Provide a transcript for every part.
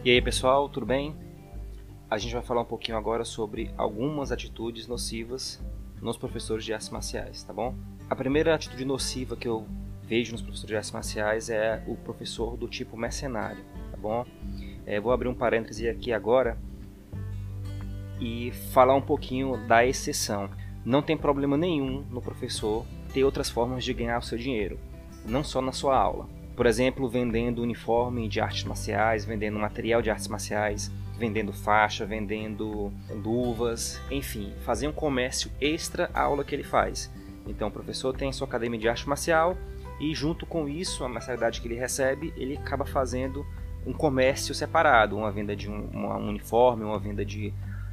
E aí pessoal, tudo bem? A gente vai falar um pouquinho agora sobre algumas atitudes nocivas nos professores de artes marciais, tá bom? A primeira atitude nociva que eu vejo nos professores de artes marciais é o professor do tipo mercenário, tá bom? Vou abrir um parêntese aqui agora e falar um pouquinho da exceção. Não tem problema nenhum no professor ter outras formas de ganhar o seu dinheiro, não só na sua aula. Por exemplo, vendendo uniforme de artes marciais, vendendo material de artes marciais, vendendo faixa, vendendo luvas, enfim, fazer um comércio extra à aula que ele faz. Então o professor tem sua academia de arte marcial e junto com isso, a mensalidade que ele recebe, ele acaba fazendo um comércio separado, uma venda de um uniforme, uma venda de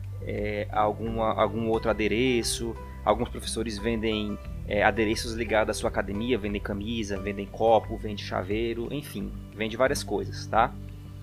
algum outro adereço. Alguns professores vendem adereços ligados à sua academia, vendem camisa, vendem copo, vendem chaveiro, enfim, vende várias coisas, tá?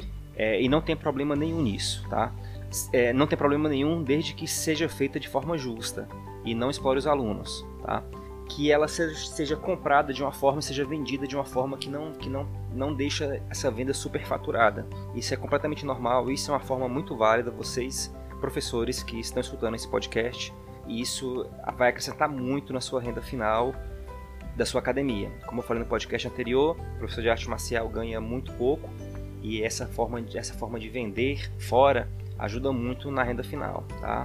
E não tem problema nenhum nisso, tá? Não tem problema nenhum desde que seja feita de forma justa e não explore os alunos, tá? Que ela seja comprada de uma forma e seja vendida de uma forma que não deixa essa venda superfaturada. Isso é completamente normal, isso é uma forma muito válida, vocês, professores que estão escutando esse podcast, e isso vai acrescentar muito na sua renda final da sua academia. Como eu falei no podcast anterior, o professor de arte marcial ganha muito pouco e essa forma de vender fora ajuda muito na renda final, tá?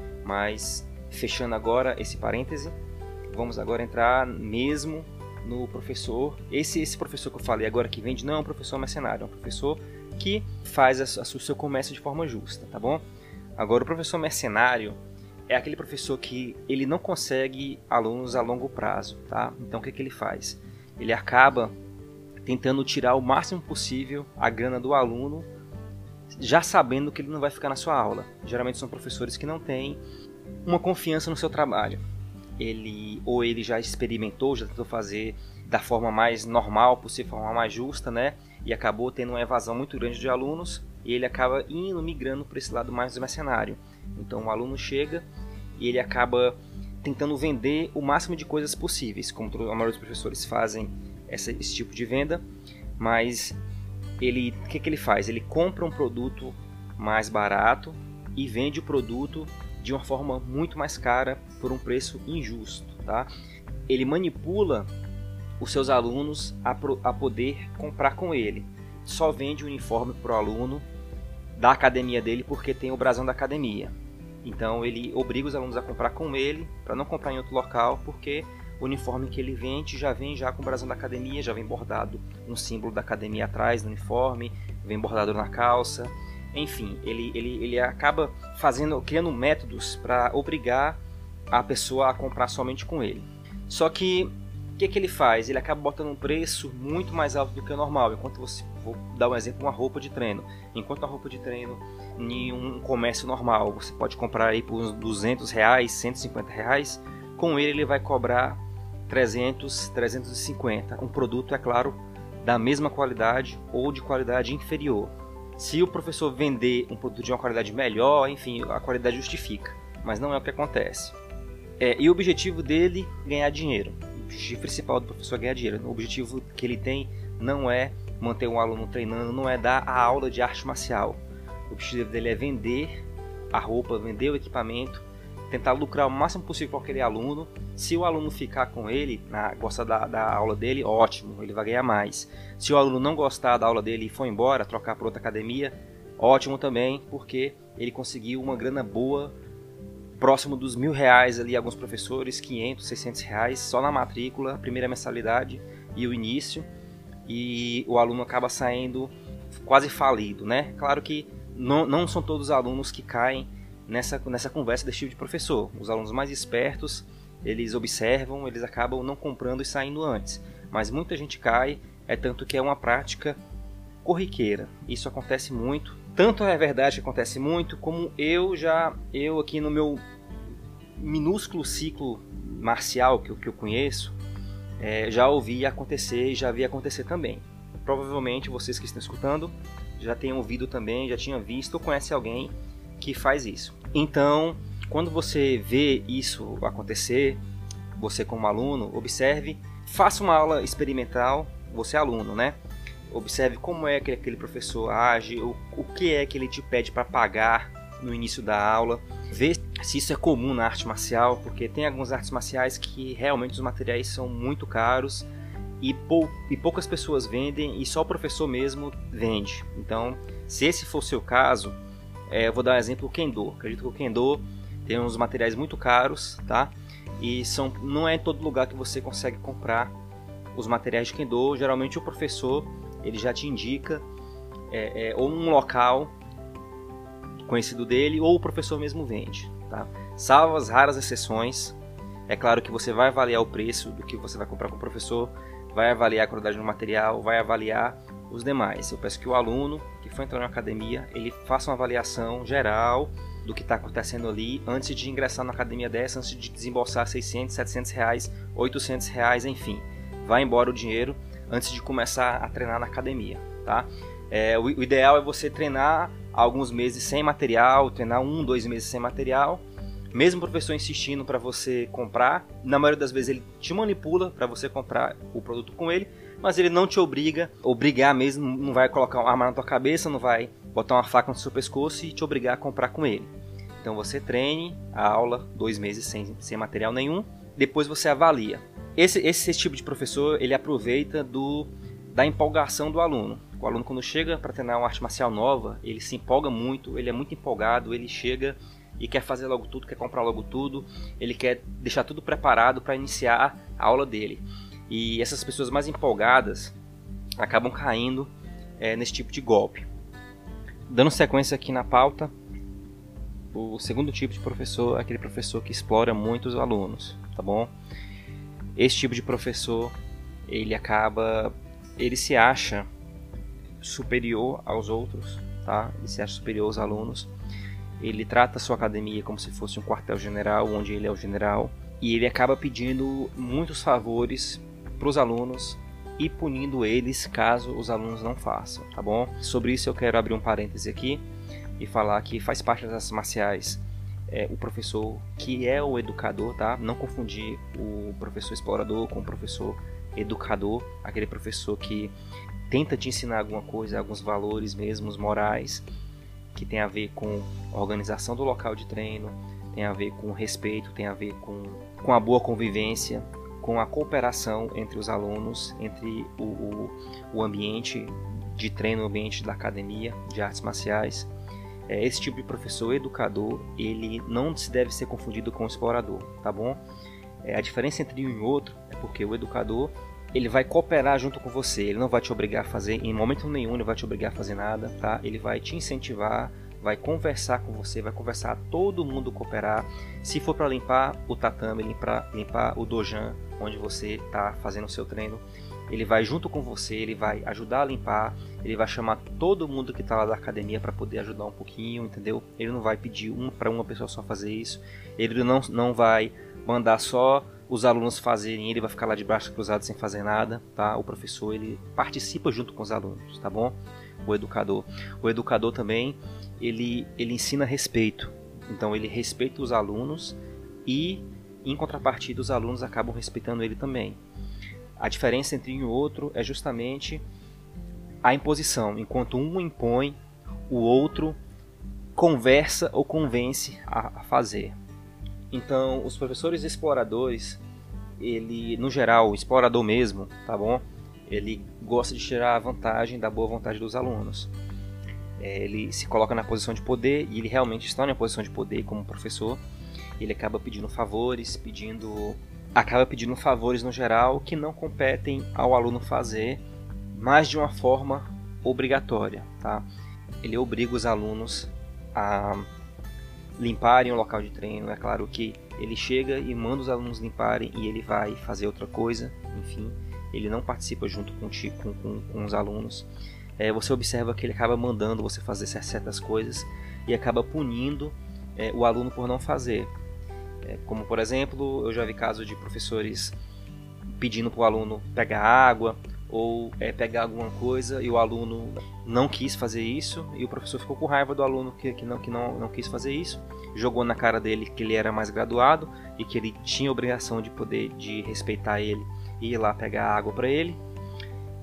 Mas fechando agora esse parêntese, vamos agora entrar mesmo no professor. Esse professor que eu falei agora que vende não é um professor mercenário, é um professor que faz o seu comércio de forma justa, tá bom? Agora o professor mercenário é aquele professor que ele não consegue alunos a longo prazo, tá? Então o que ele faz? Ele acaba tentando tirar o máximo possível a grana do aluno, já sabendo que ele não vai ficar na sua aula. Geralmente são professores que não têm uma confiança no seu trabalho. Ele já experimentou, já tentou fazer da forma mais normal possível, forma mais justa, né? E acabou tendo uma evasão muito grande de alunos e ele acaba migrando para esse lado mais mercenário. Então o aluno chega e ele acaba tentando vender o máximo de coisas possíveis, como a maioria dos professores fazem esse tipo de venda, mas o que ele faz? Ele compra um produto mais barato e vende o produto de uma forma muito mais cara por um preço injusto, tá? Ele manipula os seus alunos a poder comprar com ele. Só vende o uniforme para o aluno da academia dele porque tem o brasão da academia. Então ele obriga os alunos a comprar com ele para não comprar em outro local, porque o uniforme que ele vende já vem com o brasão da academia, já vem bordado um símbolo da academia atrás do uniforme, vem bordado na calça. Enfim, ele acaba criando métodos para obrigar a pessoa a comprar somente com ele. Só que o que ele faz? Ele acaba botando um preço muito mais alto do que o normal. Vou dar um exemplo, uma roupa de treino. Enquanto a roupa de treino em um comércio normal você pode comprar aí por uns R$200, R$150, com ele vai cobrar 300, 350. Um produto, é claro, da mesma qualidade ou de qualidade inferior. Se o professor vender um produto de uma qualidade melhor, enfim, a qualidade justifica. Mas não é o que acontece. E o objetivo dele é ganhar dinheiro. O objetivo principal do professor é ganhar dinheiro. O objetivo que ele tem não é manter um aluno treinando, não é dar a aula de arte marcial. O objetivo dele é vender a roupa, vender o equipamento, tentar lucrar o máximo possível com aquele aluno. Se o aluno ficar com ele, gostar da aula dele, ótimo, ele vai ganhar mais. Se o aluno não gostar da aula dele e for embora, trocar para outra academia, ótimo também, porque ele conseguiu uma grana boa, próximo dos R$1.000 ali, alguns professores, R$500, R$600, só na matrícula, a primeira mensalidade e o início, e o aluno acaba saindo quase falido, né? Claro que não são todos os alunos que caem nessa conversa desse tipo de professor. Os alunos mais espertos, eles observam, eles acabam não comprando e saindo antes, mas muita gente cai, tanto que é uma prática corriqueira. Isso acontece muito. Tanto é verdade que acontece muito, como eu aqui no meu minúsculo ciclo marcial que eu conheço, já ouvi acontecer e já vi acontecer também. Provavelmente vocês que estão escutando já tenham ouvido também, já tinham visto ou conhece alguém que faz isso. Então, quando você vê isso acontecer, você como aluno, observe, faça uma aula experimental, você é aluno, né? Observe como é que aquele professor age, o que é que ele te pede para pagar no início da aula. Vê se isso é comum na arte marcial, porque tem algumas artes marciais que realmente os materiais são muito caros e poucas pessoas vendem e só o professor mesmo vende. Então, se esse for o seu caso, eu vou dar um exemplo, o Kendo. Acredito que o Kendo tem uns materiais muito caros, tá? E não é em todo lugar que você consegue comprar os materiais de Kendo. Geralmente o professor ele já te indica ou um local conhecido dele, ou o professor mesmo vende, tá? Salvo as raras exceções, é claro que você vai avaliar o preço do que você vai comprar com o professor, vai avaliar a qualidade do material, vai avaliar os demais. Eu peço que o aluno que for entrar na academia, ele faça uma avaliação geral do que está acontecendo ali, antes de ingressar na academia dessa, antes de desembolsar 600, 700 reais, 800 reais, enfim. Vai embora o dinheiro antes de começar a treinar na academia, tá? O ideal é você treinar alguns meses sem material, treinar 1-2 meses sem material, mesmo o professor insistindo para você comprar. Na maioria das vezes ele te manipula para você comprar o produto com ele, mas ele não te obrigar mesmo, não vai colocar uma arma na tua cabeça, não vai botar uma faca no seu pescoço e te obrigar a comprar com ele. Então você treine a aula 2 meses sem material nenhum, depois você avalia. Esse tipo de professor, ele aproveita da empolgação do aluno. O aluno, quando chega para treinar uma arte marcial nova, ele se empolga muito, ele é muito empolgado, ele chega e quer fazer logo tudo, quer comprar logo tudo, ele quer deixar tudo preparado para iniciar a aula dele. E essas pessoas mais empolgadas acabam caindo nesse tipo de golpe. Dando sequência aqui na pauta, o segundo tipo de professor é aquele professor que explora muito os alunos, tá bom? Esse tipo de professor, ele se acha superior aos outros, tá? Ele se acha superior aos alunos. Ele trata a sua academia como se fosse um quartel-general, onde ele é o general, e ele acaba pedindo muitos favores para os alunos e punindo eles caso os alunos não façam, tá bom? Sobre isso eu quero abrir um parêntese aqui e falar que faz parte das artes marciais o professor que é o educador, tá? Não confundir o professor explorador com o professor educador, aquele professor que tenta te ensinar alguma coisa, alguns valores mesmo, morais, que tem a ver com a organização do local de treino, tem a ver com respeito, tem a ver com a boa convivência, com a cooperação entre os alunos, entre o ambiente de treino, o ambiente da academia de artes marciais. Esse tipo de professor educador, ele não se deve ser confundido com o explorador, tá bom? A diferença entre um e outro é porque o educador, ele vai cooperar junto com você, ele não vai te obrigar a fazer, em momento nenhum ele vai te obrigar a fazer nada, tá? Ele vai te incentivar, vai conversar com você, vai conversar todo mundo cooperar. Se for para limpar o tatame, limpar o dojan, onde você está fazendo o seu treino, ele vai junto com você, ele vai ajudar a limpar, ele vai chamar todo mundo que está lá da academia para poder ajudar um pouquinho, entendeu? Ele não vai pedir para uma pessoa só fazer isso, ele não vai mandar só os alunos fazerem, ele vai ficar lá de braços cruzados sem fazer nada, tá? O professor, ele participa junto com os alunos, tá bom? O educador também, ele ensina respeito, então ele respeita os alunos e, em contrapartida, os alunos acabam respeitando ele também. A diferença entre um e o outro é justamente a imposição. Enquanto um impõe, o outro conversa ou convence a fazer. Então, os professores exploradores, ele, no geral, o explorador mesmo, tá bom? Ele gosta de tirar a vantagem da boa vontade dos alunos. Ele se coloca na posição de poder, e ele realmente está na posição de poder como professor. Ele acaba pedindo favores, no geral que não competem ao aluno fazer, mas de uma forma obrigatória, tá? Ele obriga os alunos a limparem o local de treino. É claro que ele chega e manda os alunos limparem e ele vai fazer outra coisa, enfim, ele não participa junto com os alunos. Você observa que ele acaba mandando você fazer certas coisas e acaba punindo o aluno por não fazer. Como, por exemplo, eu já vi casos de professores pedindo para o aluno pegar água ou pegar alguma coisa e o aluno não quis fazer isso e o professor ficou com raiva do aluno que não quis fazer isso, jogou na cara dele que ele era mais graduado e que ele tinha a obrigação de respeitar ele e ir lá pegar água para ele.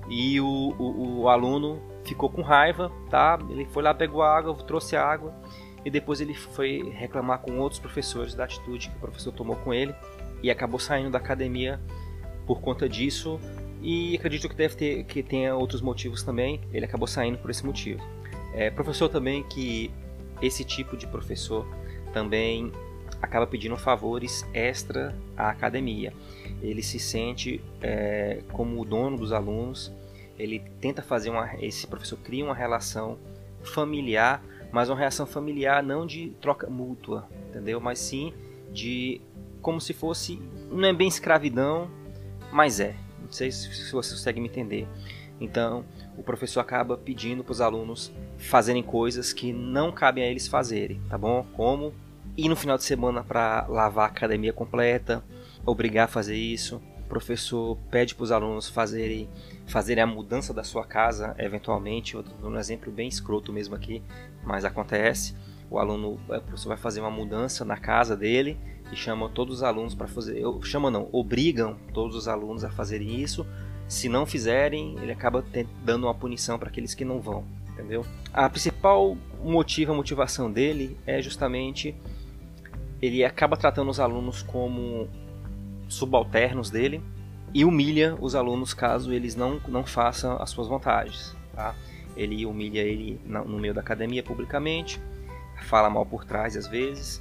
e o aluno ficou com raiva, tá? Ele foi lá, pegou a água, trouxe a água e depois ele foi reclamar com outros professores da atitude que o professor tomou com ele e acabou saindo da academia por conta disso. E acredito que tenha outros motivos também. Ele acabou saindo por esse motivo. Professor também que esse tipo de professor também acaba pedindo favores extra à academia. Ele se sente como o dono dos alunos. Ele tenta fazer esse professor cria uma relação familiar, mas uma relação familiar não de troca mútua, entendeu? Mas sim de como se fosse, não é bem escravidão, mas não sei se você consegue me entender. Então, o professor acaba pedindo para os alunos fazerem coisas que não cabem a eles fazerem, tá bom? Como ir no final de semana para lavar a academia completa, obrigar a fazer isso. O professor pede para os alunos fazerem a mudança da sua casa, eventualmente. Eu estou dando um exemplo bem escroto mesmo aqui, mas acontece. O professor vai fazer uma mudança na casa dele e chama todos os alunos para fazer. Obrigam todos os alunos a fazerem isso. Se não fizerem, ele acaba dando uma punição para aqueles que não vão, entendeu? A principal motivação dele é justamente ele acaba tratando os alunos como subalternos dele e humilha os alunos caso eles não façam as suas vontades, tá? Ele humilha ele no meio da academia publicamente, fala mal por trás às vezes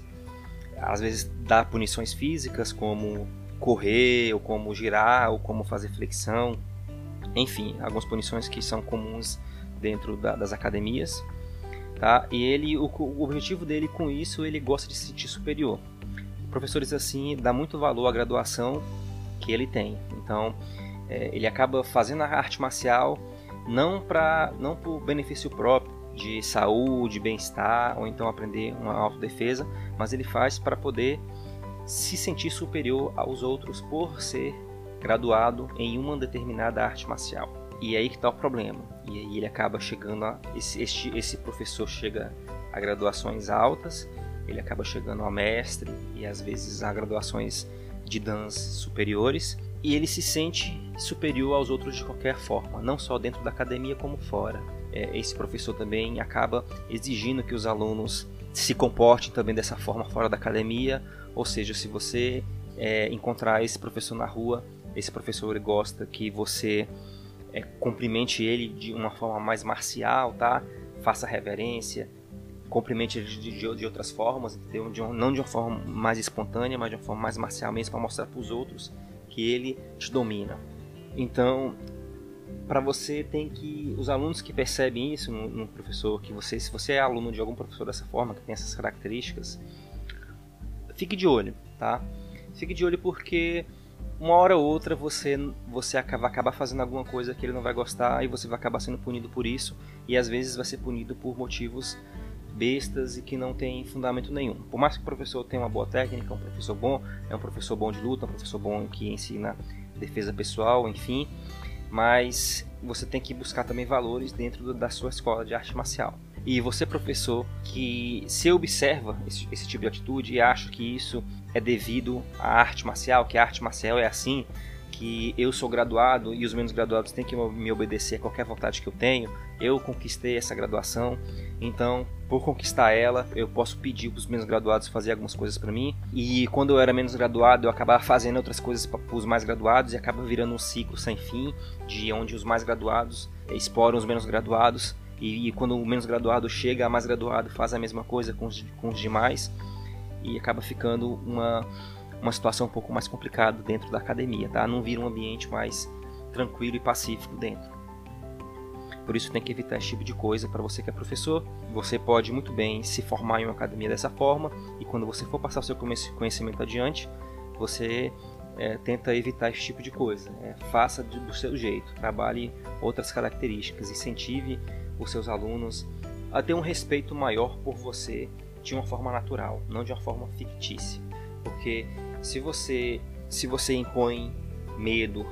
dá punições físicas como correr, ou como girar, ou como fazer flexão, enfim, algumas punições que são comuns dentro das academias, tá? E o objetivo dele com isso, ele gosta de se sentir superior. Professores assim dá muito valor à graduação que ele tem, então ele acaba fazendo a arte marcial não por benefício próprio, de saúde, bem-estar, ou então aprender uma autodefesa, mas ele faz para poder se sentir superior aos outros por ser graduado em uma determinada arte marcial. E é aí que está o problema. E aí ele acaba chegando esse professor chega a graduações altas, ele acaba chegando a mestre e às vezes a graduações de dans superiores, e ele se sente superior aos outros de qualquer forma, não só dentro da academia como fora. Esse professor também acaba exigindo que os alunos se comportem também dessa forma fora da academia, ou seja, se você encontrar esse professor na rua, esse professor gosta que você cumprimente ele de uma forma mais marcial, tá? Faça reverência, cumprimente ele de outras formas, entendeu? Não de uma forma mais espontânea, mas de uma forma mais marcial mesmo, para mostrar para os outros que ele te domina. Então, para você os alunos que percebem isso no professor, se você é aluno de algum professor dessa forma, que tem essas características, fique de olho, tá? Fique de olho porque uma hora ou outra você vai acabar fazendo alguma coisa que ele não vai gostar e você vai acabar sendo punido por isso, e às vezes vai ser punido por motivos bestas e que não tem fundamento nenhum. Por mais que o professor tenha uma boa técnica, é um professor bom de luta, um professor bom que ensina defesa pessoal, enfim, mas você tem que buscar também valores dentro da sua escola de arte marcial. E você, professor, que se observa esse tipo de atitude e acha que isso é devido à arte marcial, que a arte marcial é assim, que eu sou graduado e os menos graduados têm que me obedecer a qualquer vontade que eu tenho, eu conquistei essa graduação, então, por conquistar ela, eu posso pedir para os menos graduados fazer algumas coisas para mim, e quando eu era menos graduado, eu acabava fazendo outras coisas para os mais graduados, e acaba virando um ciclo sem fim, de onde os mais graduados exploram os menos graduados, e quando o menos graduado chega, a mais graduado faz a mesma coisa com os demais, e acaba ficando uma situação um pouco mais complicada dentro da academia, tá? Não vira um ambiente mais tranquilo e pacífico dentro. Por isso tem que evitar esse tipo de coisa. Para você que é professor, você pode muito bem se formar em uma academia dessa forma, e quando você for passar o seu conhecimento adiante, você tenta evitar esse tipo de coisa. Faça do seu jeito, trabalhe outras características, incentive os seus alunos a ter um respeito maior por você de uma forma natural, não de uma forma fictícia. Porque se você impõe medo,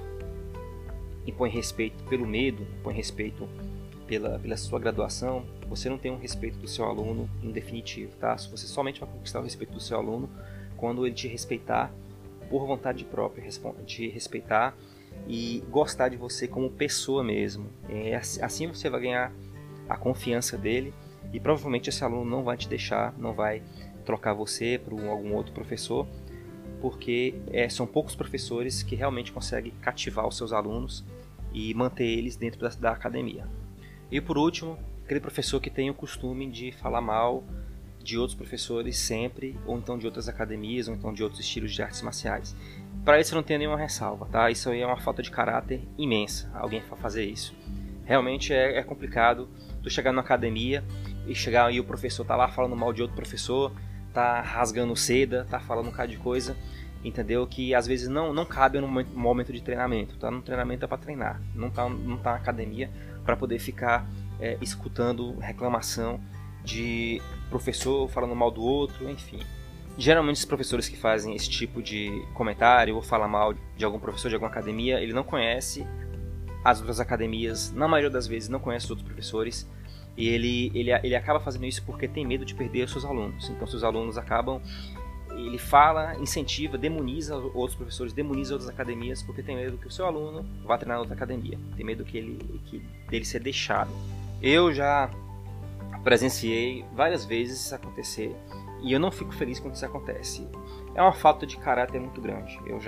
impõe respeito pelo medo, impõe respeito pela sua graduação, você não tem um respeito do seu aluno em definitivo, tá? Você somente vai conquistar o respeito do seu aluno quando ele te respeitar por vontade própria, te respeitar e gostar de você como pessoa mesmo. Assim você vai ganhar a confiança dele e provavelmente esse aluno não vai te deixar, não vai trocar você por algum outro professor, porque são poucos professores que realmente conseguem cativar os seus alunos e manter eles dentro da academia. E por último, aquele professor que tem o costume de falar mal de outros professores sempre, ou então de outras academias, ou então de outros estilos de artes marciais. Para isso eu não tenho nenhuma ressalva, tá? Isso aí é uma falta de caráter imensa, alguém fazer isso. Realmente é complicado tu chegar numa academia e chegar e o professor tá lá falando mal de outro professor, tá rasgando seda, tá falando um bocado de coisa, entendeu? Que às vezes não cabe no momento de treinamento, tá? No treinamento é para treinar, não tá na academia para poder ficar escutando reclamação de professor falando mal do outro, enfim. Geralmente os professores que fazem esse tipo de comentário ou falam mal de algum professor de alguma academia, ele não conhece as outras academias, na maioria das vezes não conhece os outros professores, e ele acaba fazendo isso porque tem medo de perder os seus alunos. Então seus alunos acabam, ele fala, incentiva, demoniza outros professores, demoniza outras academias porque tem medo que o seu aluno vá treinar em outra academia, tem medo dele ser deixado. Eu já presenciei várias vezes isso acontecer e eu não fico feliz quando isso acontece. É uma falta de caráter muito grande. Eu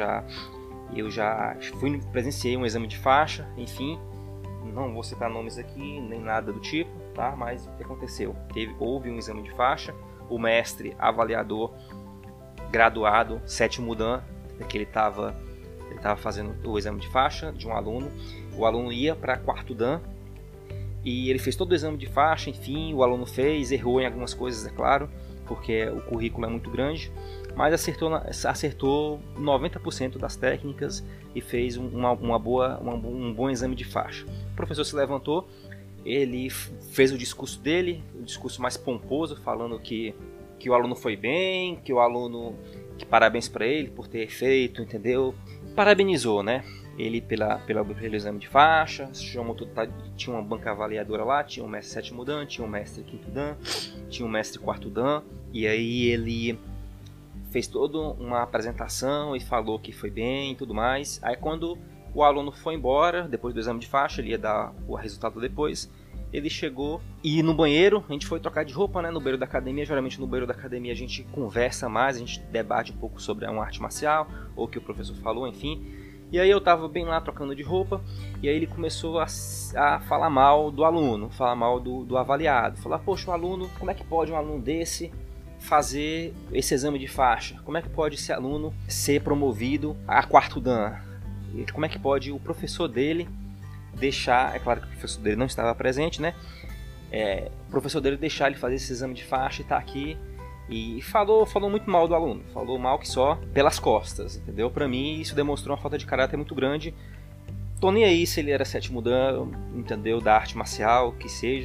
já presenciei um exame de faixa, enfim, não vou citar nomes aqui nem nada do tipo, tá? Mas o que aconteceu? Houve um exame de faixa, o mestre avaliador graduado, 7º Dan, que ele estava fazendo o exame de faixa de um aluno, o aluno ia para 4º Dan, e ele fez todo o exame de faixa, enfim, o aluno fez, errou em algumas coisas, é claro, porque o currículo é muito grande, mas acertou 90% das técnicas e fez um bom exame de faixa. O professor se levantou, ele fez o discurso dele, o discurso mais pomposo, falando que o aluno foi bem, que parabéns para ele por ter feito, entendeu? Parabenizou, né? Ele pelo exame de faixa, chamou tudo, tinha uma banca avaliadora lá, tinha um mestre 7º Dan, tinha um mestre 5º Dan, tinha um mestre 4º Dan, e aí ele fez toda uma apresentação e falou que foi bem e tudo mais. Aí quando o aluno foi embora, depois do exame de faixa, ele ia dar o resultado depois, ele chegou e no banheiro, a gente foi trocar de roupa, né, no banheiro da academia. Geralmente no banheiro da academia a gente conversa mais, a gente debate um pouco sobre uma arte marcial, ou o que o professor falou, enfim. E aí eu tava bem lá trocando de roupa, e aí ele começou a falar mal do aluno, falar mal do avaliado. Falar, poxa, o aluno, como é que pode um aluno desse fazer esse exame de faixa? Como é que pode esse aluno ser promovido a 4º Dan? Como é que pode o professor dele deixar, é claro que o professor dele não estava presente, né? O professor dele deixar ele fazer esse exame de faixa e tá aqui. E falou muito mal do aluno, falou mal que só pelas costas, entendeu? Pra mim isso demonstrou uma falta de caráter muito grande. Tô nem aí se ele era 7º Dan, entendeu? Da arte marcial, que seja.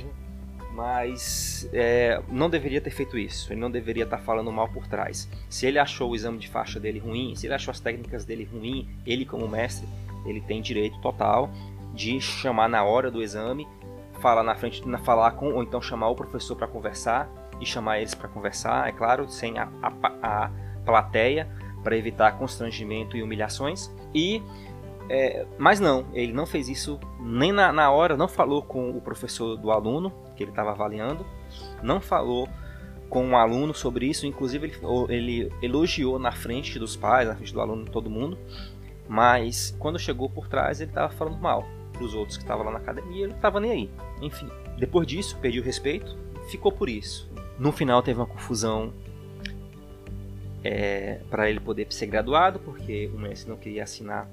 Mas não deveria ter feito isso, ele não deveria estar falando mal por trás. Se ele achou o exame de faixa dele ruim, se ele achou as técnicas dele ruim, ele como mestre, ele tem direito total de chamar na hora do exame, falar na frente, ou então chamar o professor para conversar, e chamar eles para conversar, é claro, sem a plateia, para evitar constrangimento e humilhações. Mas não, ele não fez isso nem na hora, não falou com o professor do aluno, que ele estava avaliando, não falou com o aluno sobre isso, inclusive ele elogiou na frente dos pais, na frente do aluno, todo mundo, mas quando chegou por trás ele estava falando mal para os outros que estavam lá na academia, ele não estava nem aí. Enfim, depois disso, perdeu o respeito, ficou por isso. No final teve uma confusão para ele poder ser graduado, porque o mestre não queria assinar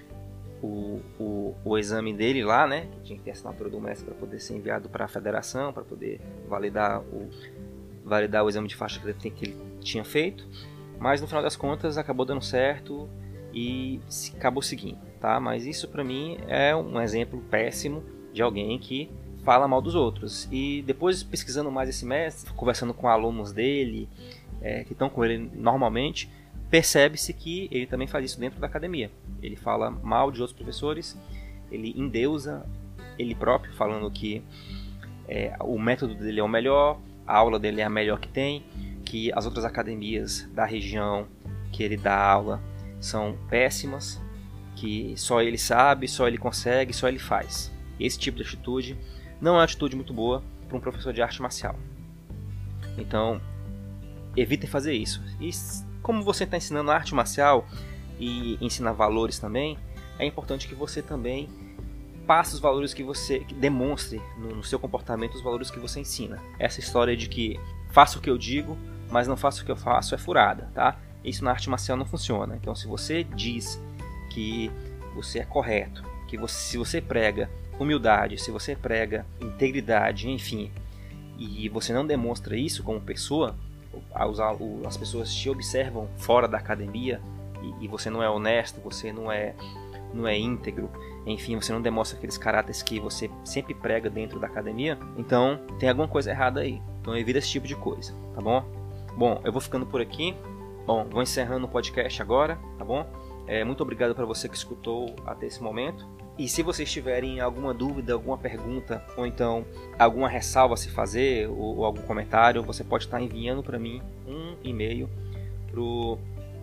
o exame dele lá, né? Que tinha que ter a assinatura do mestre para poder ser enviado para a federação, para poder validar o exame de faixa que ele tinha feito. Mas no final das contas acabou dando certo e acabou seguindo, tá? Mas isso para mim é um exemplo péssimo de alguém que fala mal dos outros. E depois, pesquisando mais esse mestre, conversando com alunos dele, que estão com ele normalmente, percebe-se que ele também faz isso dentro da academia. Ele fala mal de outros professores, ele endeusa ele próprio, falando que o método dele é o melhor, a aula dele é a melhor que tem, que as outras academias da região que ele dá aula são péssimas, que só ele sabe, só ele consegue, só ele faz. Esse tipo de atitude não é uma atitude muito boa para um professor de arte marcial. Então, evitem fazer isso. E como você está ensinando arte marcial e ensina valores também, é importante que você também passe os valores que demonstre no seu comportamento os valores que você ensina. Essa história de que faça o que eu digo, mas não faça o que eu faço é furada, tá? Isso na arte marcial não funciona. Então, se você diz que você é correto, se você prega humildade, se você prega integridade, enfim, e você não demonstra isso como pessoa, as pessoas te observam fora da academia e você não é honesto, você não é íntegro, enfim, você não demonstra aqueles caráteres que você sempre prega dentro da academia, então tem alguma coisa errada aí. Então evita esse tipo de coisa, tá bom? Bom, eu vou ficando por aqui. Bom, vou encerrando o podcast agora, tá bom? Muito obrigado para você que escutou até esse momento. E se vocês tiverem alguma dúvida, alguma pergunta, ou então alguma ressalva a se fazer, ou algum comentário, você pode estar enviando para mim um e-mail pro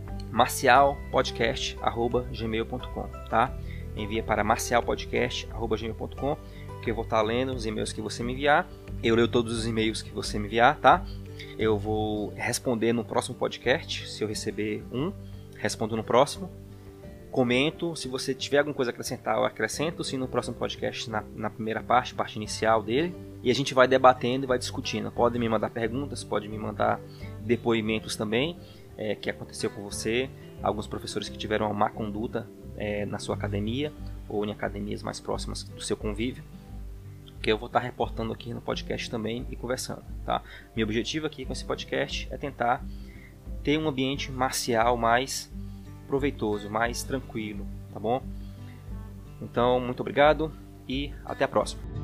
marcialpodcast@gmail.com, tá? Envia para marcialpodcast@gmail.com, que eu vou estar lendo os e-mails que você me enviar. Eu leio todos os e-mails que você me enviar, tá? Eu vou responder no próximo podcast, se eu receber respondo no próximo. Comento, se você tiver alguma coisa a acrescentar, eu acrescento, sim, no próximo podcast, na primeira parte inicial dele. E a gente vai debatendo e vai discutindo. Pode me mandar perguntas, pode me mandar depoimentos também, que aconteceu com você, alguns professores que tiveram uma má conduta na sua academia ou em academias mais próximas do seu convívio, que eu vou estar reportando aqui no podcast também e conversando, tá? Meu objetivo aqui com esse podcast é tentar ter um ambiente marcial mais proveitoso, mais tranquilo, tá bom? Então, muito obrigado e até a próxima.